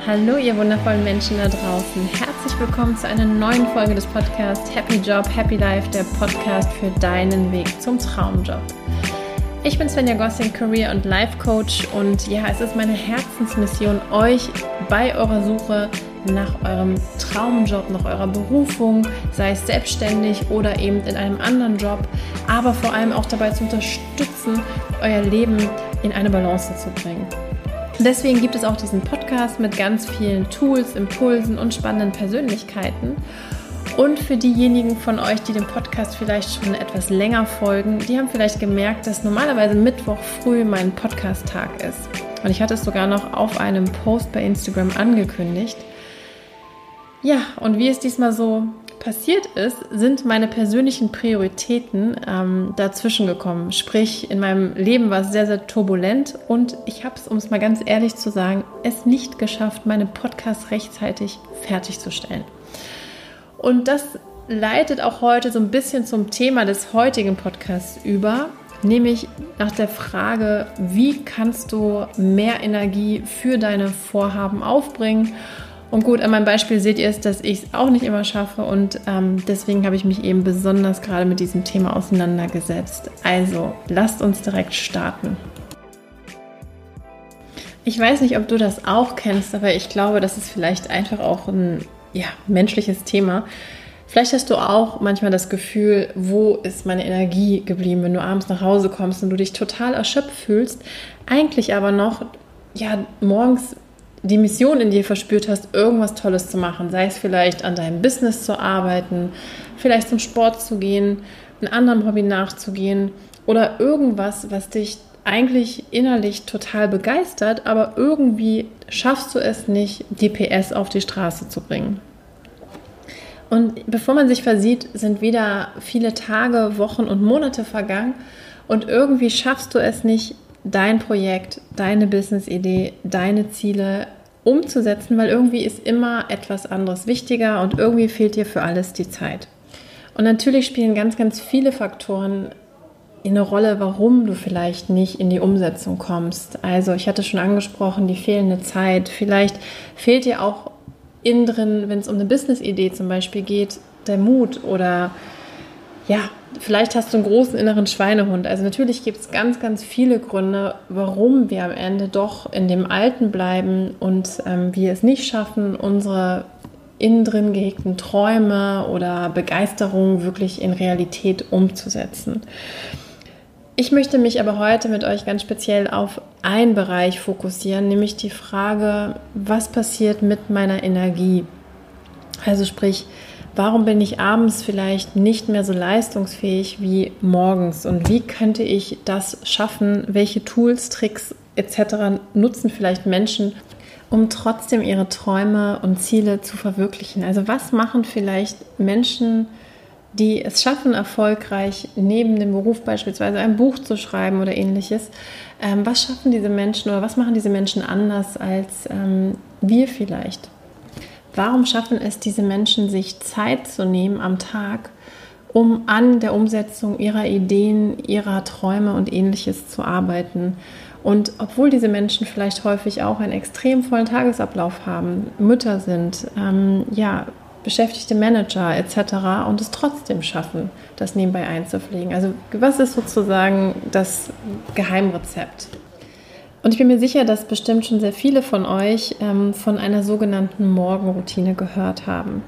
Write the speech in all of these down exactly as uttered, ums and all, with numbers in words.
Hallo ihr wundervollen Menschen da draußen. Herzlich willkommen zu einer neuen Folge des Podcasts Happy Job, Happy Life, der Podcast für deinen Weg zum Traumjob. Ich bin Svenja Gossing, Career- und Life-Coach und ja, es ist meine Herzensmission, euch bei eurer Suche nach eurem Traumjob, nach eurer Berufung, sei es selbstständig oder eben in einem anderen Job, aber vor allem auch dabei zu unterstützen, euer Leben in eine Balance zu bringen. Deswegen gibt es auch diesen Podcast mit ganz vielen Tools, Impulsen und spannenden Persönlichkeiten. Und für diejenigen von euch, die dem Podcast vielleicht schon etwas länger folgen, die haben vielleicht gemerkt, dass normalerweise Mittwoch früh mein Podcast-Tag ist. Und ich hatte es sogar noch auf einem Post bei Instagram angekündigt. Ja, und wie es diesmal so passiert ist, sind meine persönlichen Prioritäten ähm, dazwischen gekommen. Sprich, in meinem Leben war es sehr, sehr turbulent und ich habe es, um es mal ganz ehrlich zu sagen, es nicht geschafft, meine Podcasts rechtzeitig fertigzustellen. Und das leitet auch heute so ein bisschen zum Thema des heutigen Podcasts über, nämlich nach der Frage, wie kannst du mehr Energie für deine Vorhaben aufbringen? Und gut, an meinem Beispiel seht ihr es, dass ich es auch nicht immer schaffe und ähm, deswegen habe ich mich eben besonders gerade mit diesem Thema auseinandergesetzt. Also, lasst uns direkt starten. Ich weiß nicht, ob du das auch kennst, aber ich glaube, das ist vielleicht einfach auch ein ja, menschliches Thema. Vielleicht hast du auch manchmal das Gefühl, wo ist meine Energie geblieben, wenn du abends nach Hause kommst und du dich total erschöpft fühlst, eigentlich aber noch ja, morgens die Mission in dir verspürt hast, irgendwas Tolles zu machen, sei es vielleicht an deinem Business zu arbeiten, vielleicht zum Sport zu gehen, einem anderen Hobby nachzugehen oder irgendwas, was dich eigentlich innerlich total begeistert, aber irgendwie schaffst du es nicht, die P S auf die Straße zu bringen. Und bevor man sich versieht, sind wieder viele Tage, Wochen und Monate vergangen und irgendwie schaffst du es nicht, dein Projekt, deine Business-Idee, deine Ziele umzusetzen, weil irgendwie ist immer etwas anderes wichtiger und irgendwie fehlt dir für alles die Zeit. Und natürlich spielen ganz, ganz viele Faktoren eine Rolle, warum du vielleicht nicht in die Umsetzung kommst. Also ich hatte schon angesprochen, die fehlende Zeit. Vielleicht fehlt dir auch innen drin, wenn es um eine Business-Idee zum Beispiel geht, der Mut oder ja, vielleicht hast du einen großen inneren Schweinehund. Also natürlich gibt es ganz, ganz viele Gründe, warum wir am Ende doch in dem Alten bleiben und ähm, wir es nicht schaffen, unsere innen drin gehegten Träume oder Begeisterung wirklich in Realität umzusetzen. Ich möchte mich aber heute mit euch ganz speziell auf einen Bereich fokussieren, nämlich die Frage, was passiert mit meiner Energie? Also sprich, warum bin ich abends vielleicht nicht mehr so leistungsfähig wie morgens? Und wie könnte ich das schaffen? Welche Tools, Tricks et cetera nutzen vielleicht Menschen, um trotzdem ihre Träume und Ziele zu verwirklichen? Also was machen vielleicht Menschen, die es schaffen, erfolgreich neben dem Beruf beispielsweise ein Buch zu schreiben oder ähnliches? Ähm, was schaffen diese Menschen oder was machen diese Menschen anders als ähm, wir vielleicht? Warum schaffen es diese Menschen, sich Zeit zu nehmen am Tag, um an der Umsetzung ihrer Ideen, ihrer Träume und Ähnliches zu arbeiten? Und obwohl diese Menschen vielleicht häufig auch einen extrem vollen Tagesablauf haben, Mütter sind, ähm, ja, beschäftigte Manager et cetera und es trotzdem schaffen, das nebenbei einzupflegen. Also was ist sozusagen das Geheimrezept? Und ich bin mir sicher, dass bestimmt schon sehr viele von euch ähm, von einer sogenannten Morgenroutine gehört haben.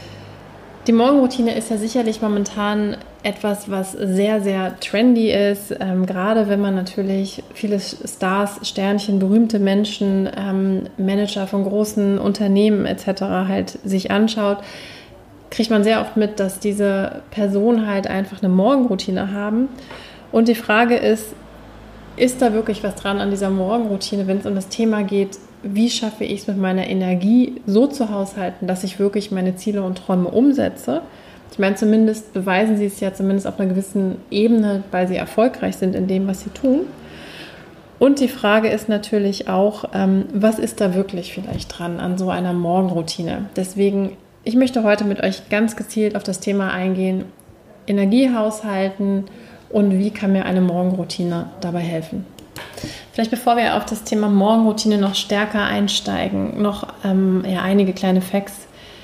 Die Morgenroutine ist ja sicherlich momentan etwas, was sehr, sehr trendy ist, ähm, gerade wenn man natürlich viele Stars, Sternchen, berühmte Menschen, ähm, Manager von großen Unternehmen et cetera halt sich anschaut, kriegt man sehr oft mit, dass diese Personen halt einfach eine Morgenroutine haben. Und die Frage ist, ist da wirklich was dran an dieser Morgenroutine, wenn es um das Thema geht, wie schaffe ich es mit meiner Energie so zu haushalten, dass ich wirklich meine Ziele und Träume umsetze? Ich meine, zumindest beweisen sie es ja zumindest auf einer gewissen Ebene, weil sie erfolgreich sind in dem, was sie tun. Und die Frage ist natürlich auch, ähm, was ist da wirklich vielleicht dran an so einer Morgenroutine? Deswegen, ich möchte heute mit euch ganz gezielt auf das Thema eingehen, Energiehaushalten und wie kann mir eine Morgenroutine dabei helfen. Vielleicht bevor wir auf das Thema Morgenroutine noch stärker einsteigen, noch ähm, ja, einige kleine Facts.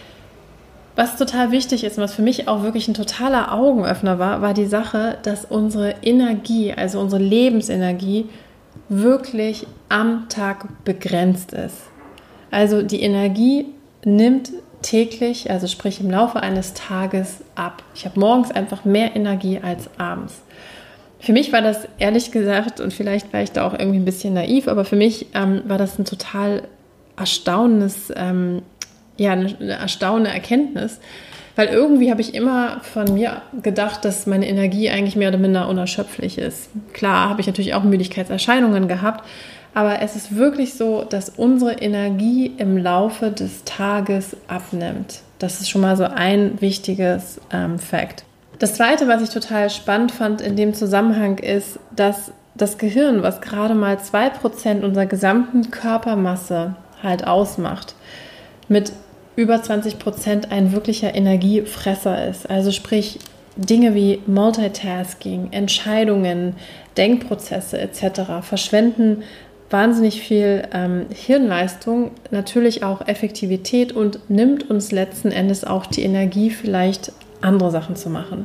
Was total wichtig ist und was für mich auch wirklich ein totaler Augenöffner war, war die Sache, dass unsere Energie, also unsere Lebensenergie, wirklich am Tag begrenzt ist. Also die Energie nimmt täglich, also sprich im Laufe eines Tages ab. Ich habe morgens einfach mehr Energie als abends. Für mich war das ehrlich gesagt, und vielleicht war ich da auch irgendwie ein bisschen naiv, aber für mich ähm, war das ein total erstaunendes, ähm, ja, eine, eine erstaunende Erkenntnis, weil irgendwie habe ich immer von mir gedacht, dass meine Energie eigentlich mehr oder minder unerschöpflich ist. Klar habe ich natürlich auch Müdigkeitserscheinungen gehabt, aber es ist wirklich so, dass unsere Energie im Laufe des Tages abnimmt. Das ist schon mal so ein wichtiges ähm, Fact. Das Zweite, was ich total spannend fand in dem Zusammenhang, ist, dass das Gehirn, was gerade mal zwei Prozent unserer gesamten Körpermasse halt ausmacht, mit über zwanzig Prozent ein wirklicher Energiefresser ist. Also sprich Dinge wie Multitasking, Entscheidungen, Denkprozesse et cetera verschwenden wahnsinnig viel ähm, Hirnleistung, natürlich auch Effektivität und nimmt uns letzten Endes auch die Energie, vielleicht andere Sachen zu machen.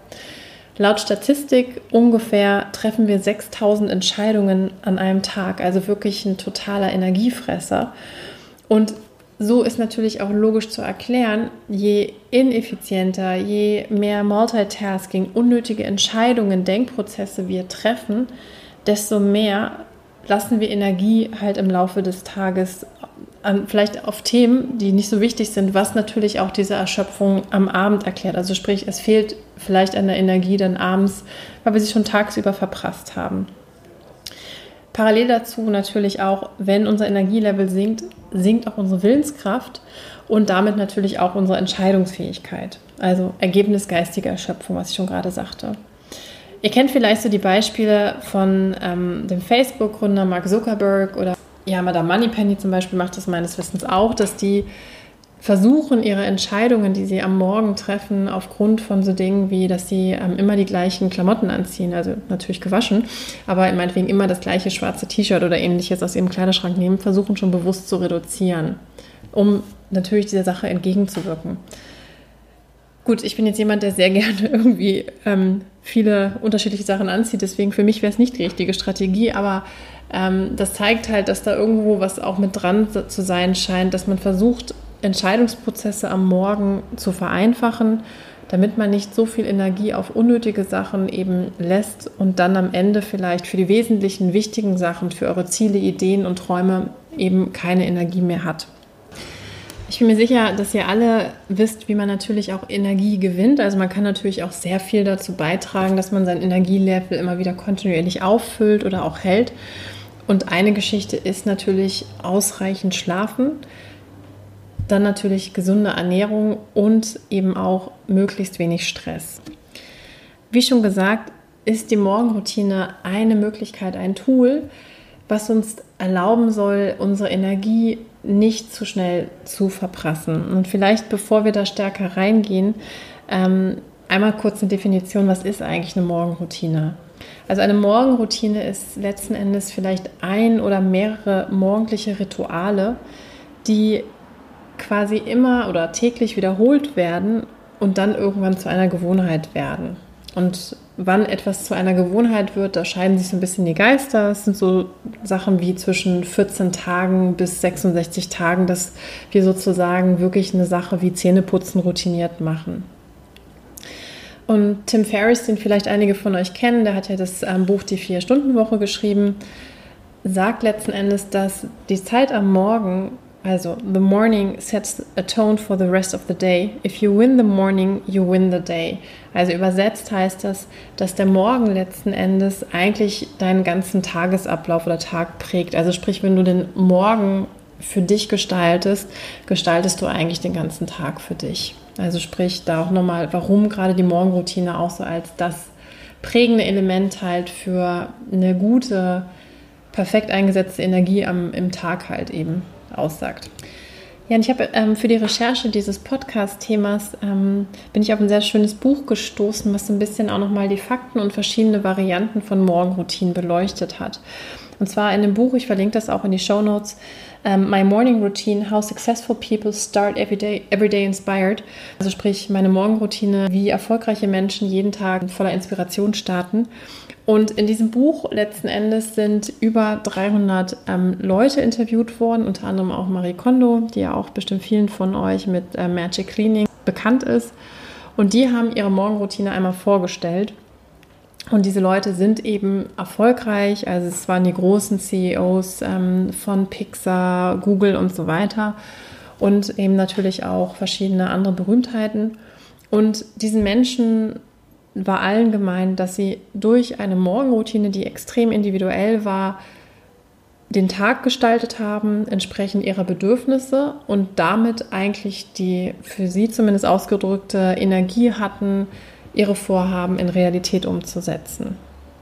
Laut Statistik ungefähr treffen wir sechstausend Entscheidungen an einem Tag, also wirklich ein totaler Energiefresser. Und so ist natürlich auch logisch zu erklären, je ineffizienter, je mehr Multitasking, unnötige Entscheidungen, Denkprozesse wir treffen, desto mehr lassen wir Energie halt im Laufe des Tages an, vielleicht auf Themen, die nicht so wichtig sind, was natürlich auch diese Erschöpfung am Abend erklärt. Also sprich, es fehlt vielleicht an der Energie dann abends, weil wir sie schon tagsüber verprasst haben. Parallel dazu natürlich auch, wenn unser Energielevel sinkt, sinkt auch unsere Willenskraft und damit natürlich auch unsere Entscheidungsfähigkeit. Also Ergebnis geistiger Erschöpfung, was ich schon gerade sagte. Ihr kennt vielleicht so die Beispiele von ähm, dem Facebook-Gründer Mark Zuckerberg oder ja, Madame Moneypenny zum Beispiel macht das meines Wissens auch, dass die versuchen, ihre Entscheidungen, die sie am Morgen treffen, aufgrund von so Dingen wie, dass sie ähm, immer die gleichen Klamotten anziehen, also natürlich gewaschen, aber meinetwegen immer das gleiche schwarze T-Shirt oder ähnliches aus ihrem Kleiderschrank nehmen, versuchen schon bewusst zu reduzieren, um natürlich dieser Sache entgegenzuwirken. Gut, ich bin jetzt jemand, der sehr gerne irgendwie ähm, viele unterschiedliche Sachen anzieht, deswegen für mich wäre es nicht die richtige Strategie, aber ähm, das zeigt halt, dass da irgendwo was auch mit dran zu sein scheint, dass man versucht, Entscheidungsprozesse am Morgen zu vereinfachen, damit man nicht so viel Energie auf unnötige Sachen eben lässt und dann am Ende vielleicht für die wesentlichen, wichtigen Sachen, für eure Ziele, Ideen und Träume eben keine Energie mehr hat. Ich bin mir sicher, dass ihr alle wisst, wie man natürlich auch Energie gewinnt. Also man kann natürlich auch sehr viel dazu beitragen, dass man sein Energielevel immer wieder kontinuierlich auffüllt oder auch hält. Und eine Geschichte ist natürlich ausreichend schlafen, dann natürlich gesunde Ernährung und eben auch möglichst wenig Stress. Wie schon gesagt, ist die Morgenroutine eine Möglichkeit, ein Tool, was uns erlauben soll, unsere Energie nicht zu schnell zu verprassen. Und vielleicht, bevor wir da stärker reingehen, ähm, einmal kurz eine Definition, was ist eigentlich eine Morgenroutine? Also eine Morgenroutine ist letzten Endes vielleicht ein oder mehrere morgendliche Rituale, die quasi immer oder täglich wiederholt werden und dann irgendwann zu einer Gewohnheit werden. Und wann etwas zu einer Gewohnheit wird, da scheiden sich so ein bisschen die Geister. Es sind so Sachen wie zwischen vierzehn Tagen bis sechsundsechzig Tagen, dass wir sozusagen wirklich eine Sache wie Zähneputzen routiniert machen. Und Tim Ferriss, den vielleicht einige von euch kennen, der hat ja das ähm, Buch Die Vier-Stunden-Woche geschrieben, sagt letzten Endes, dass die Zeit am Morgen, also the morning sets a tone for the rest of the day. If you win the morning, you win the day. Also übersetzt heißt das, dass der Morgen letzten Endes eigentlich deinen ganzen Tagesablauf oder Tag prägt. Also sprich, wenn du den Morgen für dich gestaltest, gestaltest du eigentlich den ganzen Tag für dich. Also sprich, da auch nochmal, warum gerade die Morgenroutine auch so als das prägende Element halt für eine gute, perfekt eingesetzte Energie am, im Tag halt eben aussagt. Ja, und ich habe ähm, für die Recherche dieses Podcast-Themas ähm, bin ich auf ein sehr schönes Buch gestoßen, was so ein bisschen auch nochmal die Fakten und verschiedene Varianten von Morgenroutinen beleuchtet hat. Und zwar in dem Buch, ich verlinke das auch in die Shownotes, um, My Morning Routine, How Successful People Start Every Day, Every Day Inspired. Also sprich, meine Morgenroutine, wie erfolgreiche Menschen jeden Tag voller Inspiration starten. Und in diesem Buch letzten Endes sind über dreihundert ähm, Leute interviewt worden, unter anderem auch Marie Kondo, die ja auch bestimmt vielen von euch mit äh, Magic Cleaning bekannt ist. Und die haben ihre Morgenroutine einmal vorgestellt. Und diese Leute sind eben erfolgreich, also es waren die großen C E Os ähm, von Pixar, Google und so weiter und eben natürlich auch verschiedene andere Berühmtheiten. Und diesen Menschen war allen gemein, dass sie durch eine Morgenroutine, die extrem individuell war, den Tag gestaltet haben, entsprechend ihrer Bedürfnisse und damit eigentlich die für sie zumindest ausgedrückte Energie hatten, ihre Vorhaben in Realität umzusetzen.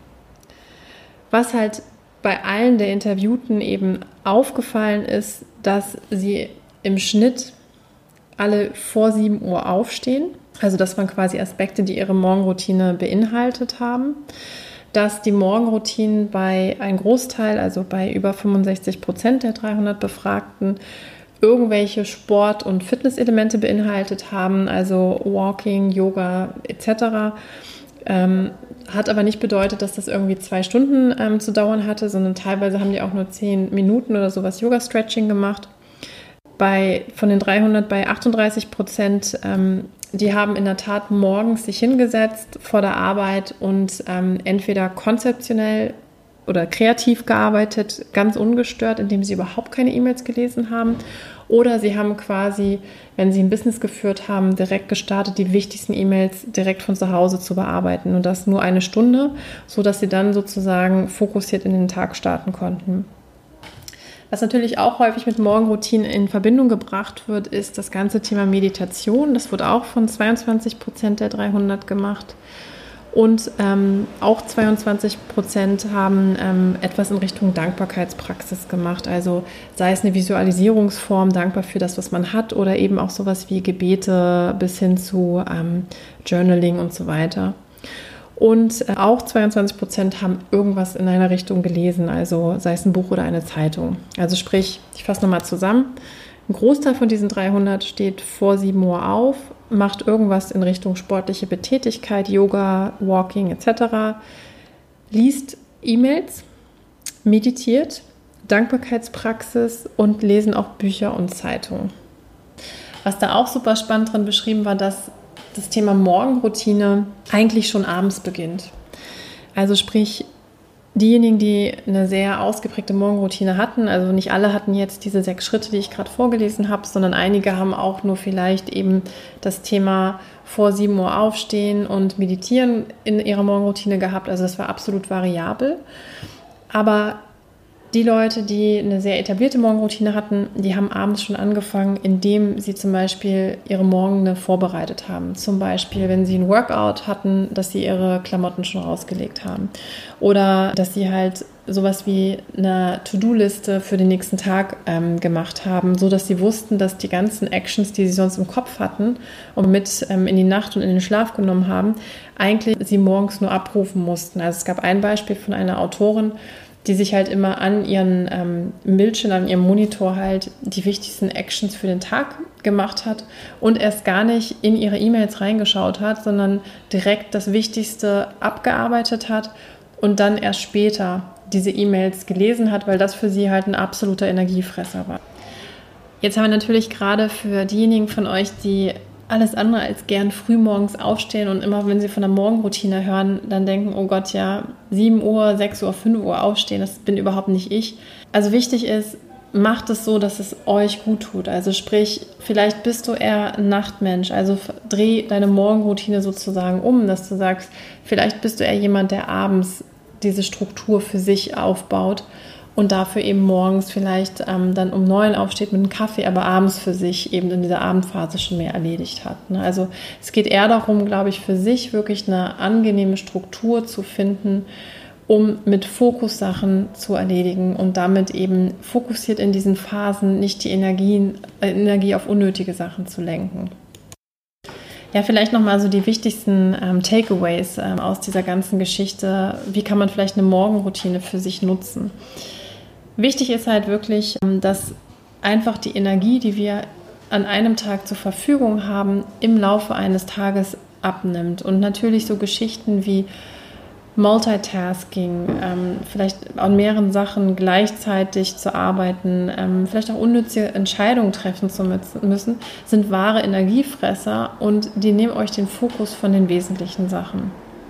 Was halt bei allen der Interviewten eben aufgefallen ist, dass sie im Schnitt alle vor sieben Uhr aufstehen. Also das waren quasi Aspekte, die ihre Morgenroutine beinhaltet haben. Dass die Morgenroutinen bei einem Großteil, also bei über fünfundsechzig Prozent der dreihundert Befragten, irgendwelche Sport- und Fitnesselemente beinhaltet haben, also Walking, Yoga et cetera. Ähm, hat aber nicht bedeutet, dass das irgendwie zwei Stunden ähm, zu dauern hatte, sondern teilweise haben die auch nur zehn Minuten oder sowas Yoga-Stretching gemacht. Bei, von den dreihundert bei achtunddreißig Prozent, ähm, die haben in der Tat morgens sich hingesetzt vor der Arbeit und ähm, entweder konzeptionell oder kreativ gearbeitet, ganz ungestört, indem sie überhaupt keine E-Mails gelesen haben. Oder sie haben quasi, wenn sie ein Business geführt haben, direkt gestartet, die wichtigsten E-Mails direkt von zu Hause zu bearbeiten. Und das nur eine Stunde, sodass sie dann sozusagen fokussiert in den Tag starten konnten. Was natürlich auch häufig mit Morgenroutinen in Verbindung gebracht wird, ist das ganze Thema Meditation. Das wird auch von zweiundzwanzig Prozent der dreihundert gemacht. Und ähm, auch zweiundzwanzig Prozent haben ähm, etwas in Richtung Dankbarkeitspraxis gemacht. Also sei es eine Visualisierungsform, dankbar für das, was man hat, oder eben auch sowas wie Gebete bis hin zu ähm, Journaling und so weiter. Und äh, auch zweiundzwanzig Prozent haben irgendwas in einer Richtung gelesen, also sei es ein Buch oder eine Zeitung. Also sprich, ich fasse nochmal zusammen, ein Großteil von diesen dreihundert steht vor sieben Uhr auf, macht irgendwas in Richtung sportliche Betätigkeit, Yoga, Walking et cetera, liest E-Mails, meditiert, Dankbarkeitspraxis und lesen auch Bücher und Zeitungen. Was da auch super spannend drin beschrieben war, dass das Thema Morgenroutine eigentlich schon abends beginnt. Also sprich, diejenigen, die eine sehr ausgeprägte Morgenroutine hatten, also nicht alle hatten jetzt diese sechs Schritte, die ich gerade vorgelesen habe, sondern einige haben auch nur vielleicht eben das Thema vor sieben Uhr aufstehen und meditieren in ihrer Morgenroutine gehabt. Also das war absolut variabel. Aber die Leute, die eine sehr etablierte Morgenroutine hatten, die haben abends schon angefangen, indem sie zum Beispiel ihre Morgene vorbereitet haben. Zum Beispiel, wenn sie ein Workout hatten, dass sie ihre Klamotten schon rausgelegt haben. Oder dass sie halt sowas wie eine To-Do-Liste für den nächsten Tag ähm, gemacht haben, so dass sie wussten, dass die ganzen Actions, die sie sonst im Kopf hatten und mit ähm, in die Nacht und in den Schlaf genommen haben, eigentlich sie morgens nur abrufen mussten. Also es gab ein Beispiel von einer Autorin, die sich halt immer an ihren ähm, Bildschirm, an ihrem Monitor halt die wichtigsten Actions für den Tag gemacht hat und erst gar nicht in ihre E-Mails reingeschaut hat, sondern direkt das Wichtigste abgearbeitet hat und dann erst später diese E-Mails gelesen hat, weil das für sie halt ein absoluter Energiefresser war. Jetzt haben wir natürlich gerade für diejenigen von euch, die alles andere als gern frühmorgens aufstehen und immer, wenn sie von der Morgenroutine hören, dann denken, oh Gott, ja, sieben Uhr, sechs Uhr, fünf Uhr aufstehen, das bin überhaupt nicht ich. Also wichtig ist, macht es so, dass es euch gut tut. Also sprich, vielleicht bist du eher ein Nachtmensch, also dreh deine Morgenroutine sozusagen um, dass du sagst, vielleicht bist du eher jemand, der abends diese Struktur für sich aufbaut und dafür eben morgens vielleicht ähm, dann um neun aufsteht mit einem Kaffee, aber abends für sich eben in dieser Abendphase schon mehr erledigt hat. Ne? Also es geht eher darum, glaube ich, für sich wirklich eine angenehme Struktur zu finden, um mit Fokus Sachen zu erledigen und damit eben fokussiert in diesen Phasen nicht die Energien, äh, Energie auf unnötige Sachen zu lenken. Ja, vielleicht nochmal so die wichtigsten ähm, Takeaways ähm, aus dieser ganzen Geschichte. Wie kann man vielleicht eine Morgenroutine für sich nutzen? Wichtig ist halt wirklich, ähm, dass einfach die Energie, die wir an einem Tag zur Verfügung haben, im Laufe eines Tages abnimmt. Und natürlich so Geschichten wie Multitasking, ähm, vielleicht an mehreren Sachen gleichzeitig zu arbeiten, ähm, vielleicht auch unnütze Entscheidungen treffen zu müssen, sind wahre Energiefresser und die nehmen euch den Fokus von den wesentlichen Sachen.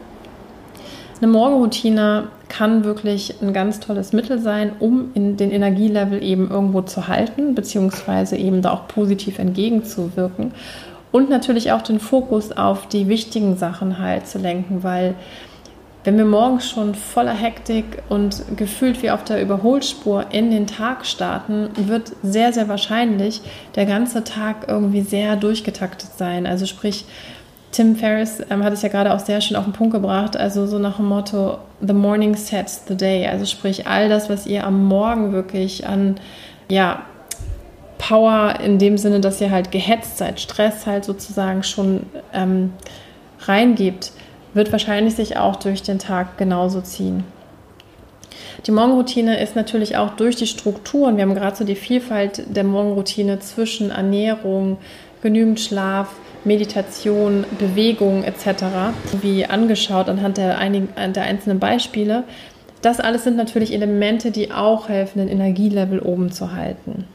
Eine Morgenroutine kann wirklich ein ganz tolles Mittel sein, um in den Energielevel eben irgendwo zu halten, beziehungsweise eben da auch positiv entgegenzuwirken und natürlich auch den Fokus auf die wichtigen Sachen halt zu lenken, weil wenn wir morgens schon voller Hektik und gefühlt wie auf der Überholspur in den Tag starten, wird sehr, sehr wahrscheinlich der ganze Tag irgendwie sehr durchgetaktet sein. Also sprich, Tim Ferriss ähm, hat es ja gerade auch sehr schön auf den Punkt gebracht, also so nach dem Motto, the morning sets the day. Also sprich, all das, was ihr am Morgen wirklich an, ja, Power in dem Sinne, dass ihr halt gehetzt seid, Stress halt sozusagen schon ähm, reingebt, wird wahrscheinlich sich auch durch den Tag genauso ziehen. Die Morgenroutine ist natürlich auch durch die Strukturen, wir haben gerade so die Vielfalt der Morgenroutine zwischen Ernährung, genügend Schlaf, Meditation, Bewegung et cetera, wie angeschaut anhand der, einigen, der einzelnen Beispiele. Das alles sind natürlich Elemente, die auch helfen, den Energielevel oben zu halten.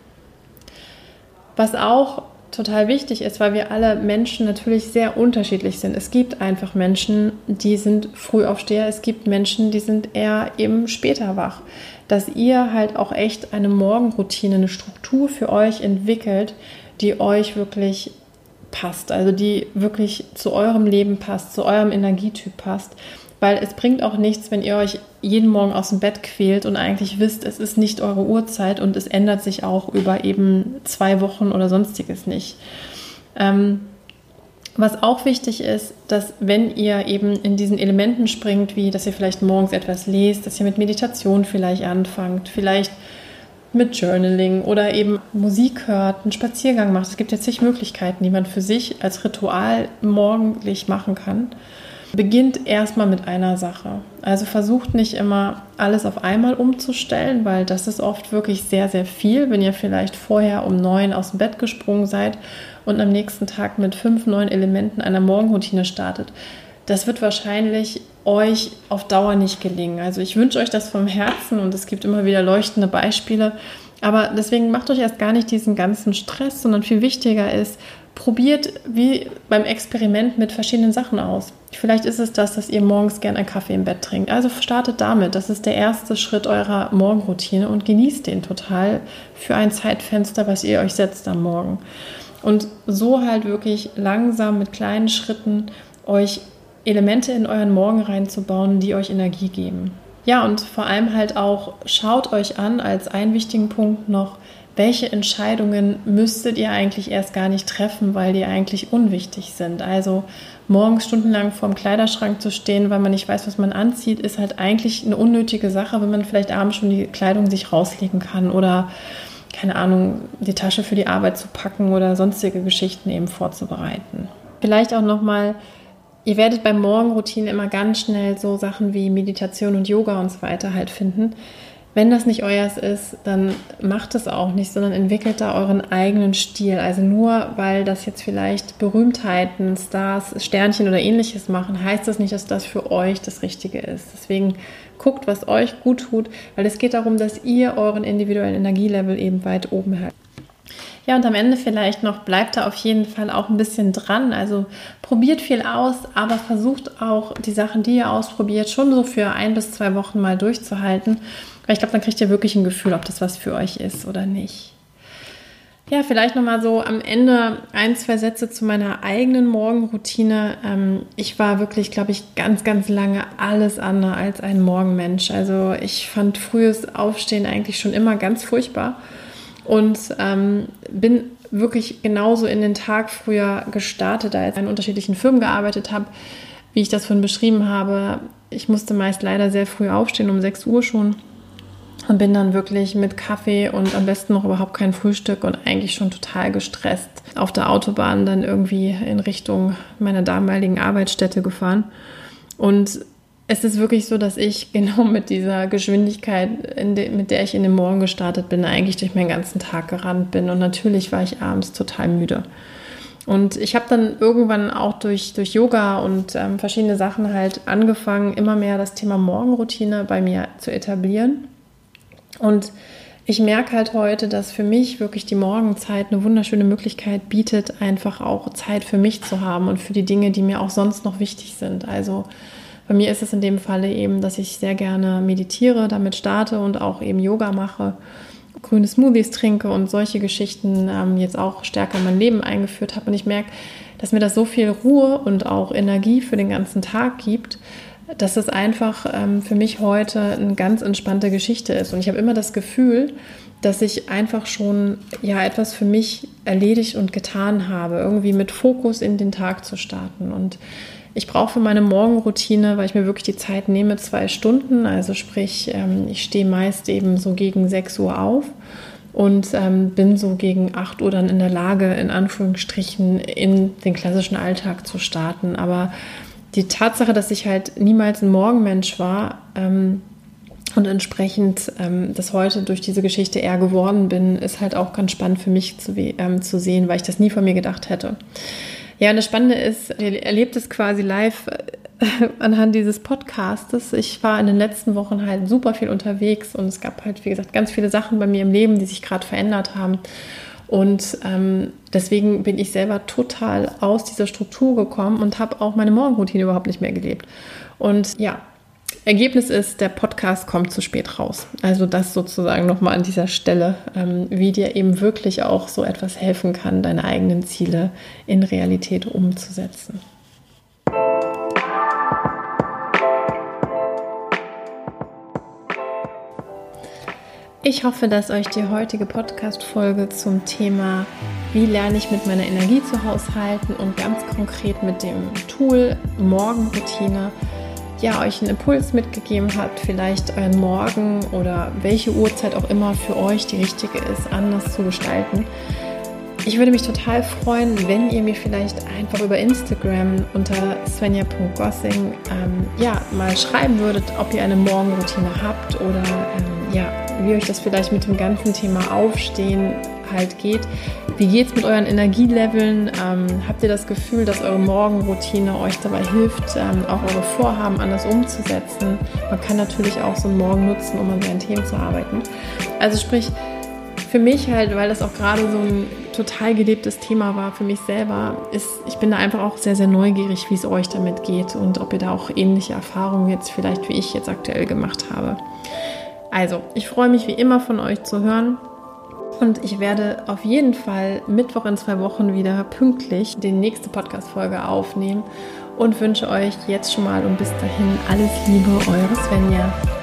Was auch total wichtig ist, weil wir alle Menschen natürlich sehr unterschiedlich sind. Es gibt einfach Menschen, die sind Frühaufsteher, es gibt Menschen, die sind eher eben später wach. Dass ihr halt auch echt eine Morgenroutine, eine Struktur für euch entwickelt, die euch wirklich passt, also die wirklich zu eurem Leben passt, zu eurem Energietyp passt. Weil es bringt auch nichts, wenn ihr euch jeden Morgen aus dem Bett quält und eigentlich wisst, es ist nicht eure Uhrzeit und es ändert sich auch über eben zwei Wochen oder sonstiges nicht. Ähm, was auch wichtig ist, dass wenn ihr eben in diesen Elementen springt, wie dass ihr vielleicht morgens etwas lest, dass ihr mit Meditation vielleicht anfangt, vielleicht mit Journaling oder eben Musik hört, einen Spaziergang macht. Es gibt jetzt zig Möglichkeiten, die man für sich als Ritual morgendlich machen kann. Beginnt erstmal mit einer Sache. Also versucht nicht immer alles auf einmal umzustellen, weil das ist oft wirklich sehr, sehr viel, wenn ihr vielleicht vorher um neun aus dem Bett gesprungen seid und am nächsten Tag mit fünf neuen Elementen einer Morgenroutine startet. Das wird wahrscheinlich euch auf Dauer nicht gelingen. Also ich wünsche euch das vom Herzen und es gibt immer wieder leuchtende Beispiele. Aber deswegen macht euch erst gar nicht diesen ganzen Stress, sondern viel wichtiger ist, probiert wie beim Experiment mit verschiedenen Sachen aus. Vielleicht ist es das, dass ihr morgens gern einen Kaffee im Bett trinkt. Also startet damit. Das ist der erste Schritt eurer Morgenroutine und genießt den total für ein Zeitfenster, was ihr euch setzt am Morgen. Und so halt wirklich langsam mit kleinen Schritten euch Elemente in euren Morgen reinzubauen, die euch Energie geben. Ja, und vor allem halt auch schaut euch an als einen wichtigen Punkt noch, welche Entscheidungen müsstet ihr eigentlich erst gar nicht treffen, weil die eigentlich unwichtig sind. Also morgens stundenlang vorm Kleiderschrank zu stehen, weil man nicht weiß, was man anzieht, ist halt eigentlich eine unnötige Sache, wenn man vielleicht abends schon die Kleidung sich rauslegen kann oder, keine Ahnung, die Tasche für die Arbeit zu packen oder sonstige Geschichten eben vorzubereiten. Vielleicht auch nochmal, ihr werdet bei Morgenroutinen immer ganz schnell so Sachen wie Meditation und Yoga und so weiter halt finden. Wenn das nicht euers ist, dann macht es auch nicht, sondern entwickelt da euren eigenen Stil. Also nur weil das jetzt vielleicht Berühmtheiten, Stars, Sternchen oder ähnliches machen, heißt das nicht, dass das für euch das Richtige ist. Deswegen guckt, was euch gut tut, weil es geht darum, dass ihr euren individuellen Energielevel eben weit oben hält. Ja, und am Ende vielleicht noch, bleibt da auf jeden Fall auch ein bisschen dran. Also probiert viel aus, aber versucht auch die Sachen, die ihr ausprobiert, schon so für ein bis zwei Wochen mal durchzuhalten. Weil ich glaube, dann kriegt ihr wirklich ein Gefühl, ob das was für euch ist oder nicht. Ja, vielleicht nochmal so am Ende ein, zwei Sätze zu meiner eigenen Morgenroutine. Ich war wirklich, glaube ich, ganz, ganz lange alles andere als ein Morgenmensch. Also ich fand frühes Aufstehen eigentlich schon immer ganz furchtbar. Und ähm, bin wirklich genauso in den Tag früher gestartet, da ich in unterschiedlichen Firmen gearbeitet habe, wie ich das vorhin beschrieben habe. Ich musste meist leider sehr früh aufstehen, um sechs Uhr schon. und bin dann wirklich mit Kaffee und am besten noch überhaupt kein Frühstück und eigentlich schon total gestresst auf der Autobahn dann irgendwie in Richtung meiner damaligen Arbeitsstätte gefahren. Und es ist wirklich so, dass ich genau mit dieser Geschwindigkeit, in de, mit der ich in den Morgen gestartet bin, eigentlich durch meinen ganzen Tag gerannt bin. Und natürlich war ich abends total müde. Und ich habe dann irgendwann auch durch, durch Yoga und ähm, verschiedene Sachen halt angefangen, immer mehr das Thema Morgenroutine bei mir zu etablieren. Und ich merke halt heute, dass für mich wirklich die Morgenzeit eine wunderschöne Möglichkeit bietet, einfach auch Zeit für mich zu haben und für die Dinge, die mir auch sonst noch wichtig sind. Also bei mir ist es in dem Falle eben, dass ich sehr gerne meditiere, damit starte und auch eben Yoga mache, grüne Smoothies trinke und solche Geschichten ähm, jetzt auch stärker in mein Leben eingeführt habe. Und ich merke, dass mir das so viel Ruhe und auch Energie für den ganzen Tag gibt, dass es einfach ähm, für mich heute eine ganz entspannte Geschichte ist. Und ich habe immer das Gefühl, dass ich einfach schon ja etwas für mich erledigt und getan habe, irgendwie mit Fokus in den Tag zu starten. Und ich brauche für meine Morgenroutine, weil ich mir wirklich die Zeit nehme, zwei Stunden. Also sprich, ähm, ich stehe meist eben so gegen sechs Uhr auf und ähm, bin so gegen acht Uhr dann in der Lage, in Anführungsstrichen in den klassischen Alltag zu starten. Aber die Tatsache, dass ich halt niemals ein Morgenmensch war ähm, und entsprechend ähm, das heute durch diese Geschichte eher geworden bin, ist halt auch ganz spannend für mich zu, ähm, zu sehen, weil ich das nie von mir gedacht hätte. Ja, und das Spannende ist, ihr erlebt es quasi live anhand dieses Podcastes. Ich war in den letzten Wochen halt super viel unterwegs und es gab halt, wie gesagt, ganz viele Sachen bei mir im Leben, die sich gerade verändert haben. Und ähm, deswegen bin ich selber total aus dieser Struktur gekommen und habe auch meine Morgenroutine überhaupt nicht mehr gelebt. Und ja, Ergebnis ist, der Podcast kommt zu spät raus. Also das sozusagen nochmal an dieser Stelle, ähm, wie dir eben wirklich auch so etwas helfen kann, deine eigenen Ziele in Realität umzusetzen. Ich hoffe, dass euch die heutige Podcast-Folge zum Thema wie lerne ich mit meiner Energie zu haushalten und ganz konkret mit dem Tool Morgenroutine ja, euch einen Impuls mitgegeben hat, vielleicht euren Morgen oder welche Uhrzeit auch immer für euch die richtige ist, anders zu gestalten. Ich würde mich total freuen, wenn ihr mir vielleicht einfach über Instagram unter svenja punkt gossing ähm, ja, mal schreiben würdet, ob ihr eine Morgenroutine habt oder ähm, ja, wie euch das vielleicht mit dem ganzen Thema Aufstehen halt geht. Wie geht es mit euren Energieleveln? Ähm, habt ihr das Gefühl, dass eure Morgenroutine euch dabei hilft, ähm, auch eure Vorhaben anders umzusetzen? Man kann natürlich auch so einen Morgen nutzen, um an seinen Themen zu arbeiten. Also sprich, für mich halt, weil das auch gerade so ein total gelebtes Thema war für mich selber, ist, ich bin da einfach auch sehr, sehr neugierig, wie es euch damit geht und ob ihr da auch ähnliche Erfahrungen jetzt vielleicht wie ich jetzt aktuell gemacht habe. Also, ich freue mich wie immer von euch zu hören. Und ich werde auf jeden Fall Mittwoch in zwei Wochen wieder pünktlich die nächste Podcast-Folge aufnehmen und wünsche euch jetzt schon mal und bis dahin alles Liebe, eure Svenja.